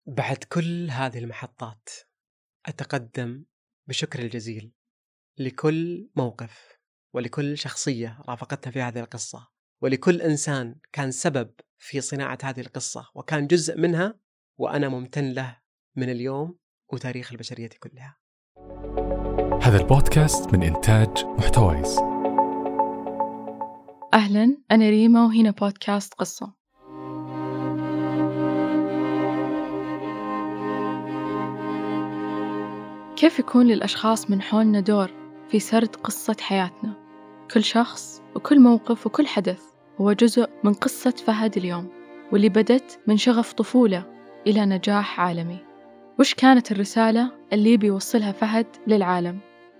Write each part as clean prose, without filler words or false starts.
بعد كل هذه المحطات أتقدم بشكر الجزيل لكل موقف ولكل شخصية رافقتنا في هذه القصة ولكل إنسان كان سبب في صناعة هذه القصة وكان جزء منها، وأنا ممتن له من اليوم وتاريخ البشرية كلها. هذا البودكاست من إنتاج محتويس. أهلاً، أنا ريما وهنا بودكاست قصة. كيف يكون للأشخاص من حولنا دور في سرد قصة حياتنا؟ كل شخص وكل موقف وكل حدث هو جزء من قصة فهد اليوم، واللي بدت من شغف طفولة إلى نجاح عالمي. وش كانت الرسالة اللي بيوصلها فهد للعالم؟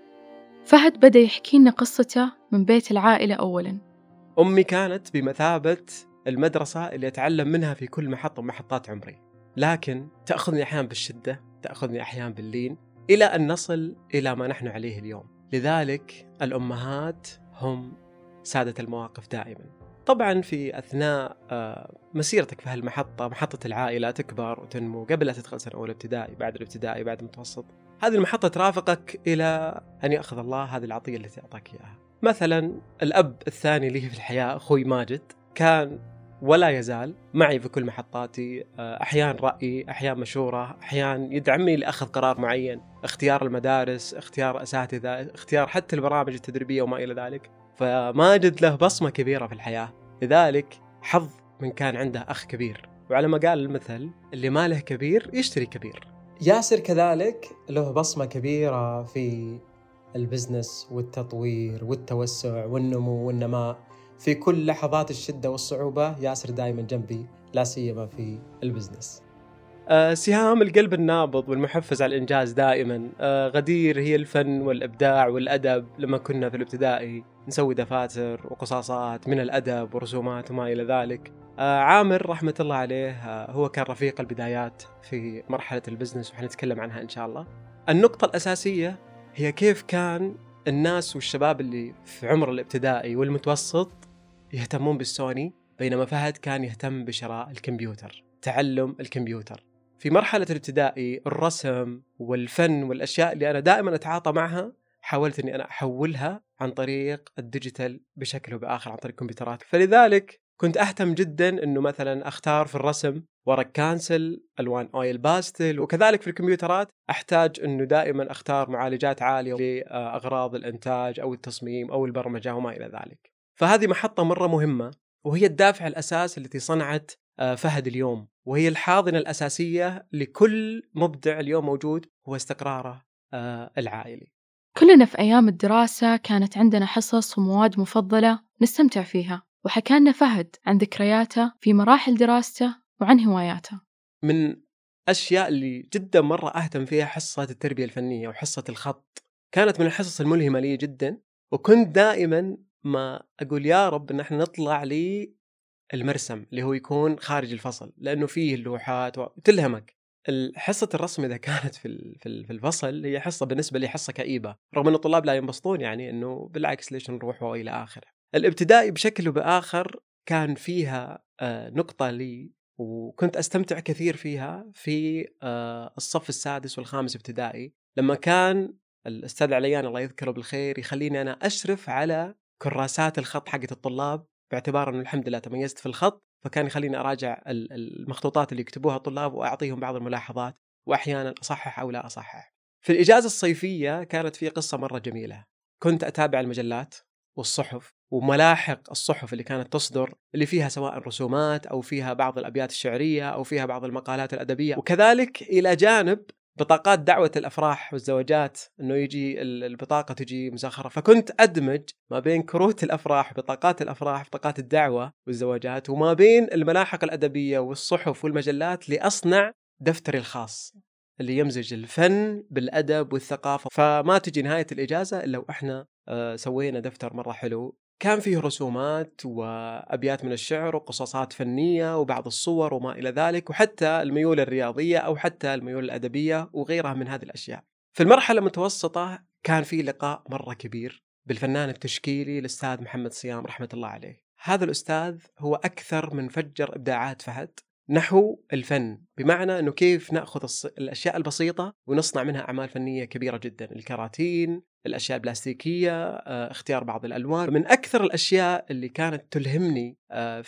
فهد بدأ يحكي لنا قصته من بيت العائلة أولاً. أمي كانت بمثابة المدرسة اللي أتعلم منها في كل محطة من محطات عمري، لكن تأخذني أحيان بالشدة، تأخذني أحيان باللين، إلى أن نصل إلى ما نحن عليه اليوم. لذلك الأمهات هم سادة المواقف دائما. طبعا في أثناء مسيرتك في هالمحطة، محطة العائلة، تكبر وتنمو قبل لا تدخل سنة أولى ابتدائي، بعد الابتدائي، بعد المتوسط. هذه المحطة ترافقك إلى أن يأخذ الله هذه العطية التي أعطاك إياها. مثلا الأب الثاني لي في الحياة أخوي ماجد كان ولا يزال معي في كل محطاتي، أحيان رأي، أحيان مشورة، أحيان يدعمني لأخذ قرار معين، اختيار المدارس، اختيار أساتذة، اختيار حتى البرامج التدريبية وما إلى ذلك. فماجد له بصمة كبيرة في الحياة، لذلك حظ من كان عنده أخ كبير. وعلى ما قال المثل، اللي ما له كبير يشتري كبير. ياسر كذلك له بصمة كبيرة في البزنس والتطوير والتوسع والنمو والنماء. في كل لحظات الشدة والصعوبة ياسر دائما جنبي، لا سيما في البزنس. سهام القلب النابض والمحفز على الإنجاز دائما. غدير هي الفن والإبداع والأدب. لما كنا في الابتدائي نسوي دفاتر وقصاصات من الأدب ورسومات وما إلى ذلك. عامر رحمة الله عليه هو كان رفيق البدايات في مرحلة البزنس، وحنتكلم عنها إن شاء الله. النقطة الأساسية هي كيف كان الناس والشباب اللي في عمر الابتدائي والمتوسط يهتمون بالسوني، بينما فهد كان يهتم بشراء الكمبيوتر، تعلم الكمبيوتر. في مرحلة الابتدائي الرسم والفن والأشياء اللي أنا دائما أتعاطى معها حاولت أني أنا أحولها عن طريق الديجيتال بشكل وبآخر، عن طريق الكمبيوترات. فلذلك كنت أهتم جدا أنه مثلا أختار في الرسم ورق كانسل، ألوان أويل باستل، وكذلك في الكمبيوترات أحتاج أنه دائما أختار معالجات عالية لأغراض الإنتاج أو التصميم أو البرمجة وما إلى ذلك. فهذه محطة مرة مهمة، وهي الدافع الأساس التي صنعت فهد اليوم، وهي الحاضنة الأساسية لكل مبدع اليوم موجود، هو استقراره العائلي. كلنا في أيام الدراسة كانت عندنا حصص ومواد مفضلة نستمتع فيها، وحكانا فهد عن ذكرياته في مراحل دراسته وعن هواياته. من أشياء اللي جدا مرة أهتم فيها حصة التربية الفنية وحصة الخط. كانت من الحصص الملهمة لي جدا، وكنت دائما ما أقول يا رب إن احنا نطلع لي المرسم اللي هو يكون خارج الفصل، لأنه فيه اللوحات وتلهمك. حصة الرسم إذا كانت في الفصل هي حصة بالنسبة لي حصة كئيبة، رغم أن الطلاب لا ينبسطون، يعني أنه بالعكس ليش نروح وإلى آخره. الابتدائي بشكل وبآخر كان فيها نقطة لي وكنت أستمتع كثير فيها في الصف السادس والخامس ابتدائي، لما كان الأستاذ عليان الله يذكره بالخير يخليني أنا أشرف على كراسات الخط حقت الطلاب، باعتبار أنه الحمد لله تميزت في الخط، فكان يخليني أراجع المخطوطات اللي يكتبوها الطلاب وأعطيهم بعض الملاحظات، وأحيانا أصحح أو لا أصحح. في الإجازة الصيفية كانت في قصة مرة جميلة. كنت أتابع المجلات والصحف وملاحق الصحف اللي كانت تصدر، اللي فيها سواء رسومات أو فيها بعض الأبيات الشعرية أو فيها بعض المقالات الأدبية، وكذلك إلى جانب بطاقات دعوة الأفراح والزواجات، أنه يجي البطاقة تجي مزخرة. فكنت أدمج ما بين كروت الأفراح، بطاقات الأفراح، بطاقات الدعوة والزواجات، وما بين الملاحق الأدبية والصحف والمجلات، لأصنع دفتري الخاص اللي يمزج الفن بالأدب والثقافة. فما تجي نهاية الإجازة إلا وإحنا سوينا دفتر مرة حلو، كان فيه رسومات وأبيات من الشعر وقصصات فنية وبعض الصور وما إلى ذلك، وحتى الميول الرياضية أو حتى الميول الأدبية وغيرها من هذه الأشياء. في المرحلة المتوسطة كان في لقاء مرة كبير بالفنان التشكيلي الأستاذ محمد صيام رحمة الله عليه. هذا الأستاذ هو أكثر من فجر إبداعات فهد، نحو الفن، بمعنى أنه كيف نأخذ الأشياء البسيطة ونصنع منها أعمال فنية كبيرة جدا، الكراتين، الأشياء البلاستيكية، اختيار بعض الألوان. من أكثر الأشياء اللي كانت تلهمني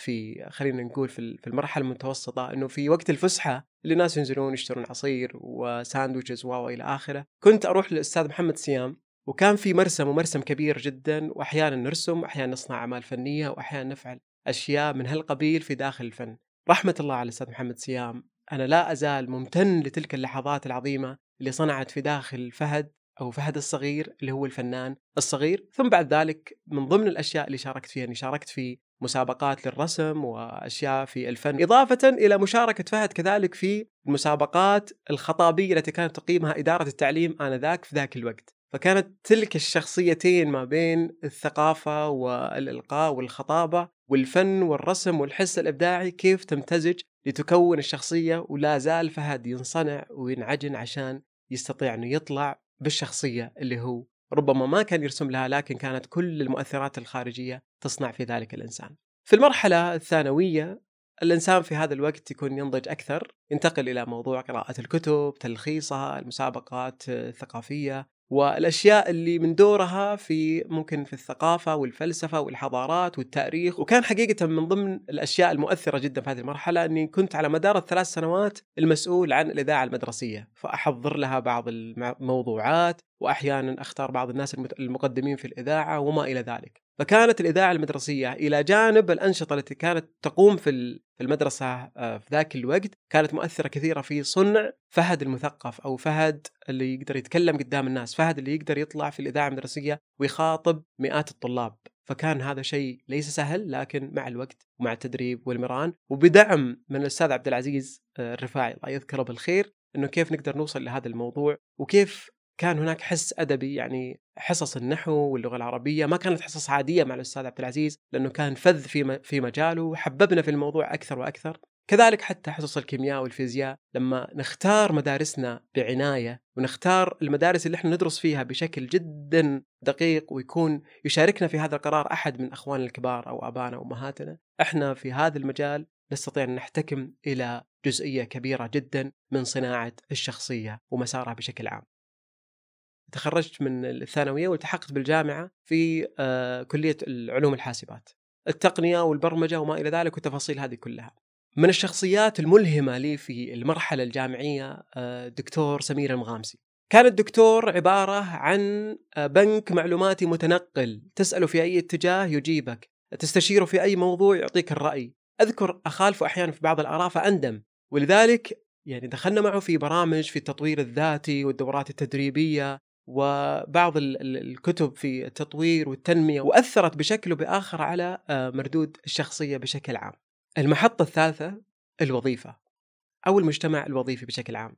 خلينا نقول في المرحلة المتوسطة، أنه في وقت الفسحة اللي الناس ينزلون يشترون عصير وساندويتشز وإلى آخره، كنت أروح للأستاذ محمد سيام، وكان في مرسم كبير جدا، وأحيانا نرسم، وأحيانا نصنع أعمال فنية، وأحيانا نفعل أشياء من هالقبيل في داخل الفن. رحمة الله على الأستاذ محمد سيام، أنا لا أزال ممتن لتلك اللحظات العظيمة اللي صنعت في داخل فهد أو فهد الصغير اللي هو الفنان الصغير. ثم بعد ذلك من ضمن الأشياء اللي شاركت فيها، أني شاركت في مسابقات للرسم وأشياء في الفن، إضافة إلى مشاركة فهد كذلك في المسابقات الخطابية التي كانت تقيمها إدارة التعليم آنذاك في ذاك الوقت. فكانت تلك الشخصيتين ما بين الثقافة والإلقاء والخطابة والفن والرسم والحس الإبداعي كيف تمتزج لتكون الشخصية، ولا زال فهد ينصنع وينعجن عشان يستطيع أنه يطلع بالشخصية اللي هو ربما ما كان يرسم لها، لكن كانت كل المؤثرات الخارجية تصنع في ذلك الإنسان. في المرحلة الثانوية الإنسان في هذا الوقت يكون ينضج أكثر، ينتقل إلى موضوع قراءة الكتب، تلخيصها، المسابقات الثقافية، والأشياء اللي من دورها في ممكن في الثقافة والفلسفة والحضارات والتاريخ. وكان حقيقة من ضمن الأشياء المؤثرة جدا في هذه المرحلة أني كنت على مدار ال3 سنوات المسؤول عن الإذاعة المدرسية، فأحضر لها بعض الموضوعات، وأحيانا أختار بعض الناس المقدمين في الإذاعة وما إلى ذلك. فكانت الإذاعة المدرسية إلى جانب الأنشطة التي كانت تقوم في المدرسة في ذاك الوقت كانت مؤثرة كثيرة في صنع فهد المثقف، أو فهد اللي يقدر يتكلم قدام الناس، فهد اللي يقدر يطلع في الإذاعة المدرسية ويخاطب مئات الطلاب. فكان هذا شيء ليس سهل، لكن مع الوقت ومع التدريب والمران وبدعم من الأستاذ عبد العزيز الرفاعي الله يذكره بالخير، إنه كيف نقدر نوصل لهذا الموضوع، وكيف كان هناك حس أدبي. يعني حصص النحو واللغة العربية ما كانت حصص عادية مع الأستاذ عبد العزيز، لأنه كان فذ في مجاله وحببنا في الموضوع أكثر وأكثر. كذلك حتى حصص الكيمياء والفيزياء، لما نختار مدارسنا بعناية ونختار المدارس اللي احنا ندرس فيها بشكل جدا دقيق، ويكون يشاركنا في هذا القرار أحد من أخواننا الكبار أو أبانا وأمهاتنا، احنا في هذا المجال نستطيع أن نحتكم إلى جزئية كبيرة جدا من صناعة الشخصية ومسارها بشكل عام. تخرجت من الثانوية والتحقت بالجامعة في كلية العلوم الحاسبات، التقنية والبرمجة وما إلى ذلك والتفاصيل هذه كلها. من الشخصيات الملهمة لي في المرحلة الجامعية دكتور سمير المغامسي. كان الدكتور عبارة عن بنك معلوماتي متنقل، تسأله في أي اتجاه يجيبك، تستشيره في أي موضوع يعطيك الرأي. أذكر أخالفه أحيانا في بعض الآراء فأندم، ولذلك يعني دخلنا معه في برامج في التطوير الذاتي والدورات التدريبية وبعض الكتب في التطوير والتنمية، وأثرت بشكل بآخر على مردود الشخصية بشكل عام. المحطة الثالثة الوظيفة أو المجتمع الوظيفي بشكل عام.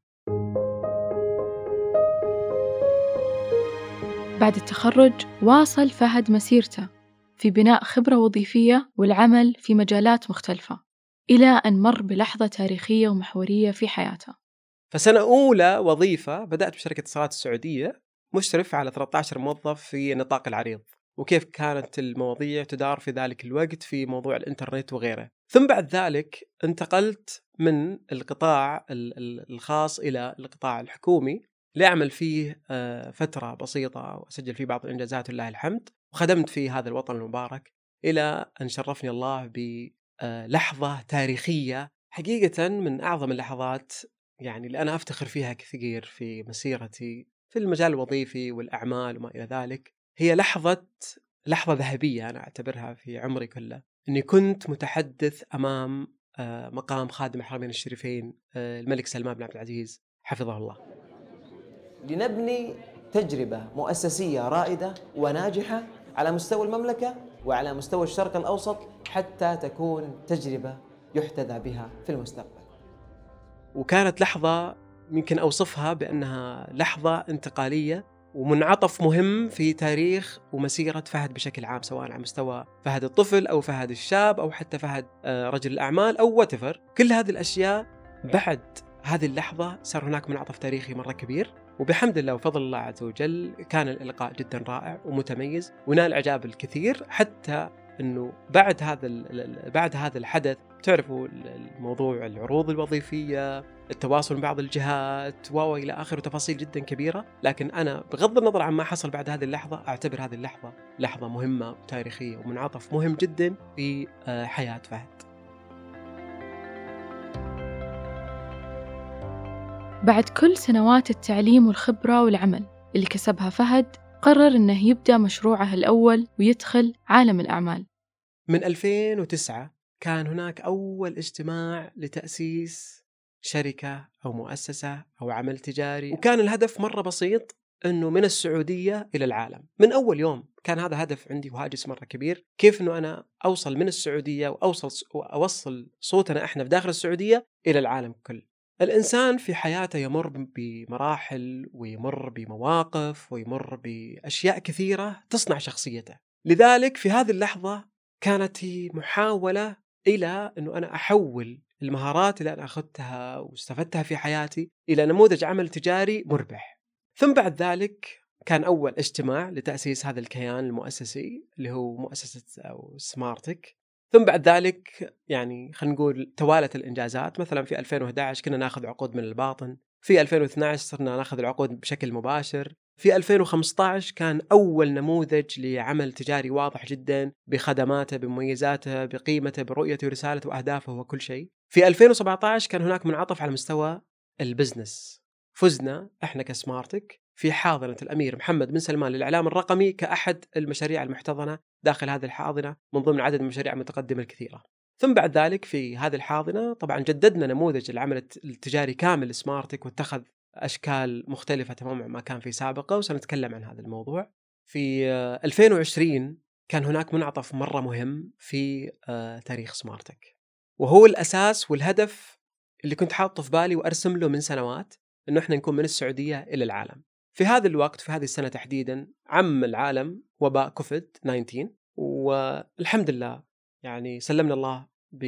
بعد التخرج واصل فهد مسيرته في بناء خبرة وظيفية والعمل في مجالات مختلفة، إلى أن مر بلحظة تاريخية ومحورية في حياته. فسنة أولى وظيفة بدأت بشركة اتصالات السعودية، مشرف على 13 موظف في نطاق العريض، وكيف كانت المواضيع تدار في ذلك الوقت في موضوع الإنترنت وغيره. ثم بعد ذلك انتقلت من القطاع الخاص إلى القطاع الحكومي لأعمل فيه فترة بسيطة وأسجل فيه بعض الإنجازات لله الحمد، وخدمت في هذا الوطن المبارك إلى أن شرفني الله بلحظة تاريخية حقيقة من أعظم اللحظات يعني اللي أنا أفتخر فيها كثير في مسيرتي في المجال الوظيفي والأعمال وما إلى ذلك. هي لحظة ذهبية أنا أعتبرها في عمري كله، أني كنت متحدث أمام مقام خادم الحرمين الشريفين الملك سلمان بن عبد العزيز حفظه الله، لنبني تجربة مؤسسية رائدة وناجحة على مستوى المملكة وعلى مستوى الشرق الأوسط، حتى تكون تجربة يحتذى بها في المستقبل. وكانت لحظة يمكن أوصفها بأنها لحظة انتقالية ومنعطف مهم في تاريخ ومسيرة فهد بشكل عام، سواء على مستوى فهد الطفل أو فهد الشاب أو حتى فهد رجل الأعمال أو whatever. كل هذه الأشياء بعد هذه اللحظة صار هناك منعطف تاريخي مرة كبير، وبحمد الله وفضل الله عز وجل كان الإلقاء جدا رائع ومتميز ونال إعجاب الكثير، حتى انه بعد هذا الحدث تعرفوا الموضوع، العروض الوظيفيه، التواصل مع بعض الجهات والى اخره، تفاصيل جدا كبيره. لكن انا بغض النظر عن ما حصل بعد هذه اللحظه، اعتبر هذه اللحظه لحظه مهمه وتاريخيه ومنعطف مهم جدا في حياه فهد. بعد كل سنوات التعليم والخبرة والعمل اللي كسبها فهد، قرر إنه يبدأ مشروعه الأول ويدخل عالم الأعمال. من 2009 كان هناك أول اجتماع لتأسيس شركة أو مؤسسة أو عمل تجاري، وكان الهدف مرة بسيط، أنه من السعودية إلى العالم. من أول يوم كان هذا هدف عندي وهاجس مرة كبير، كيف أنه أنا أوصل من السعودية وأوصل صوتنا إحنا في داخل السعودية إلى العالم كله. الإنسان في حياته يمر بمراحل ويمر بمواقف ويمر بأشياء كثيرة تصنع شخصيته. لذلك في هذه اللحظة كانت هي محاولة إلى أنه أنا أحول المهارات اللي أنا أخذتها واستفدتها في حياتي إلى نموذج عمل تجاري مربح. ثم بعد ذلك كان أول اجتماع لتأسيس هذا الكيان المؤسسي اللي هو مؤسسة أو سمارتك. ثم بعد ذلك يعني خلينا نقول توالت الإنجازات. مثلا في 2011 كنا ناخذ عقود من الباطن، في 2012 صرنا ناخذ العقود بشكل مباشر، في 2015 كان أول نموذج لعمل تجاري واضح جدا بخدماته بمميزاته بقيمته برؤيته ورسالته وأهدافه وكل شيء. في 2017 كان هناك منعطف على مستوى البزنس، فزنا إحنا كسمارتك في حاضنة الأمير محمد بن سلمان للإعلام الرقمي كأحد المشاريع المحتضنة داخل هذه الحاضنة من ضمن عدد من المشاريع المتقدمة الكثيرة. ثم بعد ذلك في هذه الحاضنة طبعا جددنا نموذج العمل التجاري كامل سمارتك، واتخذ أشكال مختلفة تماما ما كان في سابقة، وسنتكلم عن هذا الموضوع. في 2020 كان هناك منعطف مرة مهم في تاريخ سمارتك، وهو الأساس والهدف اللي كنت حاطه في بالي وأرسم له من سنوات، إنه إحنا نكون من السعودية إلى العالم. في هذا الوقت في هذه السنة تحديدا عم العالم وباء كوفيد-19، والحمد لله يعني سلمنا الله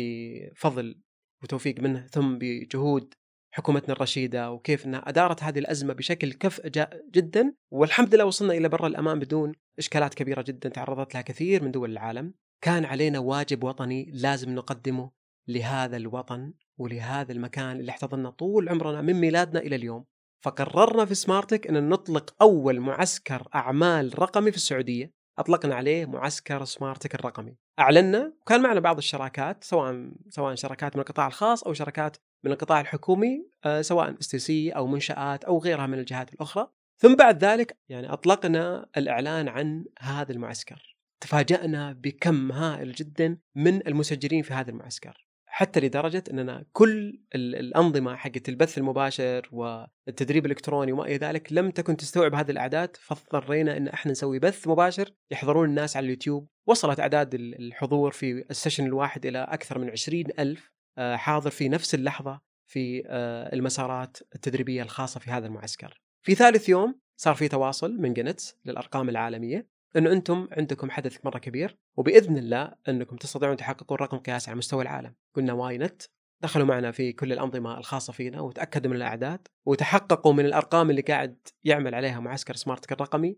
بفضل وتوفيق منه، ثم بجهود حكومتنا الرشيدة وكيف أنها أدارت هذه الأزمة بشكل كفء جدا، والحمد لله وصلنا إلى بر الأمان بدون إشكالات كبيرة جدا تعرضت لها كثير من دول العالم. كان علينا واجب وطني لازم نقدمه لهذا الوطن ولهذا المكان اللي احتضننا طول عمرنا من ميلادنا إلى اليوم. فقررنا في سمارتك أن نطلق أول معسكر أعمال رقمي في السعودية، أطلقنا عليه معسكر سمارتك الرقمي. أعلنا وكان معنا بعض الشراكات، سواء شركات من القطاع الخاص أو شركات من القطاع الحكومي، سواء استيسي أو منشآت أو غيرها من الجهات الأخرى. ثم بعد ذلك يعني أطلقنا الإعلان عن هذا المعسكر. تفاجأنا بكم هائل جدا من المسجلين في هذا المعسكر، حتى لدرجة أننا كل الأنظمة حقت البث المباشر والتدريب الإلكتروني وما إلى ذلك لم تكن تستوعب هذه الأعداد، فاضطرينا أن احنا نسوي بث مباشر يحضرون الناس على اليوتيوب. وصلت أعداد الحضور في السيشن الواحد إلى أكثر من 20,000 حاضر في نفس اللحظة في المسارات التدريبية الخاصة في هذا المعسكر. في ثالث يوم صار في تواصل من جنتس للأرقام العالمية أنه أنتم عندكم حدث مرة كبير، وبإذن الله أنكم تستطيعون تحققون رقم قياسي على مستوى العالم. قلنا واينت، دخلوا معنا في كل الأنظمة الخاصة فينا وتأكدوا من الأعداد وتحققوا من الأرقام اللي قاعد يعمل عليها معسكر سمارتك الرقمي.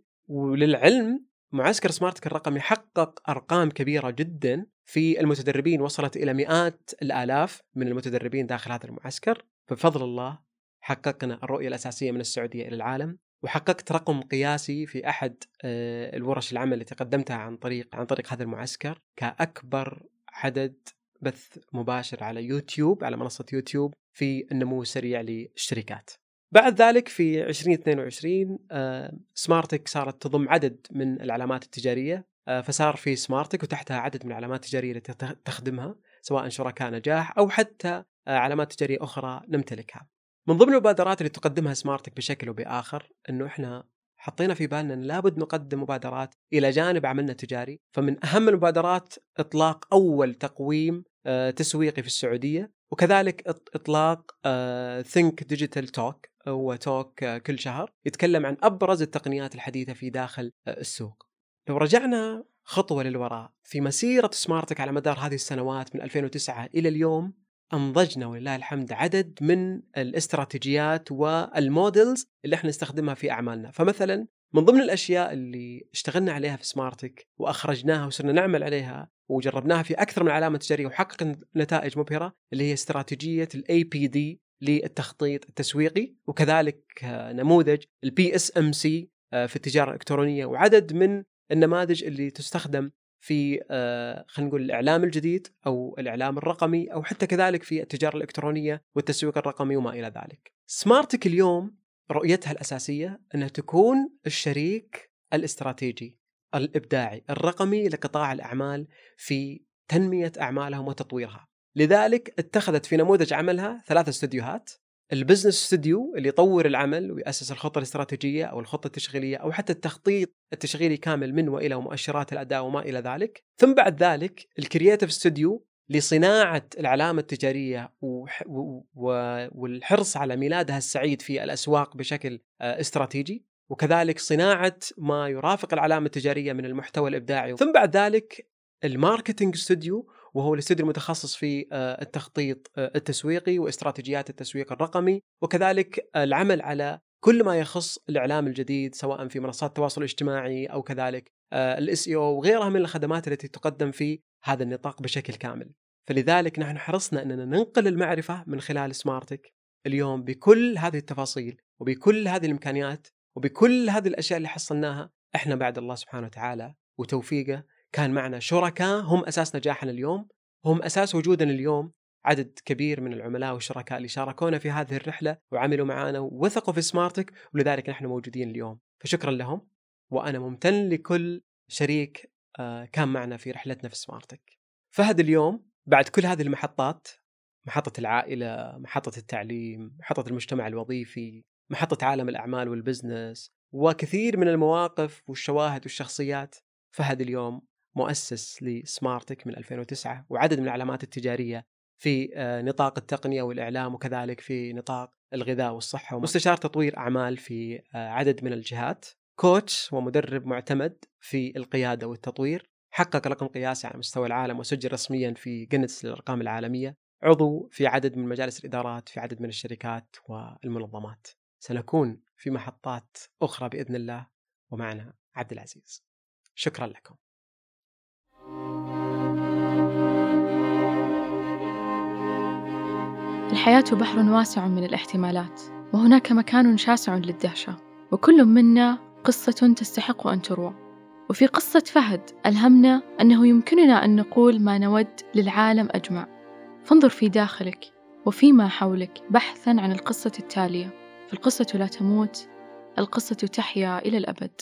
وللعلم معسكر سمارتك الرقمي حقق أرقام كبيرة جدا في المتدربين، وصلت إلى مئات الآلاف من المتدربين داخل هذا المعسكر. بفضل الله حققنا الرؤية الأساسية من السعودية إلى العالم، وحققت رقم قياسي في أحد الورش العمل اللي تقدمتها عن طريق هذا المعسكر كأكبر عدد بث مباشر على يوتيوب، على منصة يوتيوب، في النمو السريع للشركات. بعد ذلك في 2022 سمارتك صارت تضم عدد من العلامات التجارية، فصار في سمارتك وتحتها عدد من العلامات التجارية التي تخدمها، سواء شركاء نجاح أو حتى علامات تجارية أخرى نمتلكها. من ضمن المبادرات اللي تقدمها سمارتك بشكل وبآخر أنه إحنا حطينا في بالنا أن لابد نقدم مبادرات إلى جانب عملنا التجاري. فمن أهم المبادرات إطلاق أول تقويم تسويقي في السعودية، وكذلك إطلاق Think Digital Talk، هو توك كل شهر يتكلم عن أبرز التقنيات الحديثة في داخل السوق. لو رجعنا خطوة للوراء في مسيرة سمارتك على مدار هذه السنوات من 2009 إلى اليوم، أنضجنا ولله الحمد عدد من الاستراتيجيات والمودلز اللي احنا نستخدمها في أعمالنا. فمثلا من ضمن الأشياء اللي اشتغلنا عليها في سمارتك وأخرجناها وصرنا نعمل عليها وجربناها في أكثر من علامة تجارية وحققت نتائج مبهرة اللي هي استراتيجية APD للتخطيط التسويقي، وكذلك نموذج PSMC في التجارة الإلكترونية، وعدد من النماذج اللي تستخدم في خلينا نقول الإعلام الجديد أو الإعلام الرقمي، أو حتى كذلك في التجارة الإلكترونية والتسويق الرقمي وما إلى ذلك. سمارتك اليوم رؤيتها الأساسية أنها تكون الشريك الاستراتيجي الإبداعي الرقمي لقطاع الأعمال في تنمية أعمالهم وتطويرها. لذلك اتخذت في نموذج عملها 3 استوديوهات: البزنس استوديو اللي يطور العمل ويأسس الخطة الاستراتيجية أو الخطة التشغيلية أو حتى التخطيط التشغيلي كامل من وإلى ومؤشرات الأداء وما إلى ذلك. ثم بعد ذلك الكرياتيف استوديو لصناعة العلامة التجارية والحرص على ميلادها السعيد في الأسواق بشكل استراتيجي، وكذلك صناعة ما يرافق العلامة التجارية من المحتوى الإبداعي. ثم بعد ذلك الماركتينج استوديو، وهو الاستوديو المتخصص في التخطيط التسويقي واستراتيجيات التسويق الرقمي، وكذلك العمل على كل ما يخص الإعلام الجديد سواء في منصات التواصل الاجتماعي أو كذلك الSEO وغيرها من الخدمات التي تقدم في هذا النطاق بشكل كامل. فلذلك نحن حرصنا أننا ننقل المعرفة من خلال سمارتك اليوم بكل هذه التفاصيل وبكل هذه الإمكانيات وبكل هذه الأشياء اللي حصلناها. إحنا بعد الله سبحانه وتعالى وتوفيقه كان معنا شركاء هم أساس نجاحنا اليوم، هم أساس وجودنا اليوم. عدد كبير من العملاء والشركاء اللي شاركونا في هذه الرحلة وعملوا معنا ووثقوا في سمارتك، ولذلك نحن موجودين اليوم، فشكرا لهم. وأنا ممتن لكل شريك كان معنا في رحلتنا في سمارتك. فهد اليوم بعد كل هذه المحطات، محطة العائلة، محطة التعليم، محطة المجتمع الوظيفي، محطة عالم الأعمال والبزنس، وكثير من المواقف والشواهد والشخصيات، فهد اليوم مؤسس لسمارتك من 2009 وعدد من العلامات التجارية في نطاق التقنية والإعلام وكذلك في نطاق الغذاء والصحة، ومستشار تطوير أعمال في عدد من الجهات، كوتش ومدرب معتمد في القيادة والتطوير، حقق رقم قياسي على مستوى العالم وسجل رسميا في جينيس للأرقام العالمية، عضو في عدد من مجالس الإدارات في عدد من الشركات والمنظمات. سنكون في محطات أخرى بإذن الله، ومعنا عبد العزيز. شكرا لكم. الحياة بحر واسع من الاحتمالات، وهناك مكان شاسع للدهشة، وكل منا قصة تستحق أن تروى. وفي قصة فهد ألهمنا أنه يمكننا أن نقول ما نود للعالم أجمع. فانظر في داخلك وفيما حولك بحثاً عن القصة التالية، فالقصة لا تموت، القصة تحيا إلى الأبد.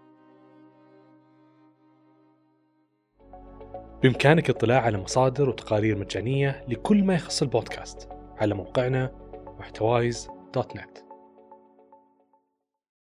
بإمكانك الاطلاع على مصادر وتقارير مجانية لكل ما يخص البودكاست على موقعنا محتوايز.net.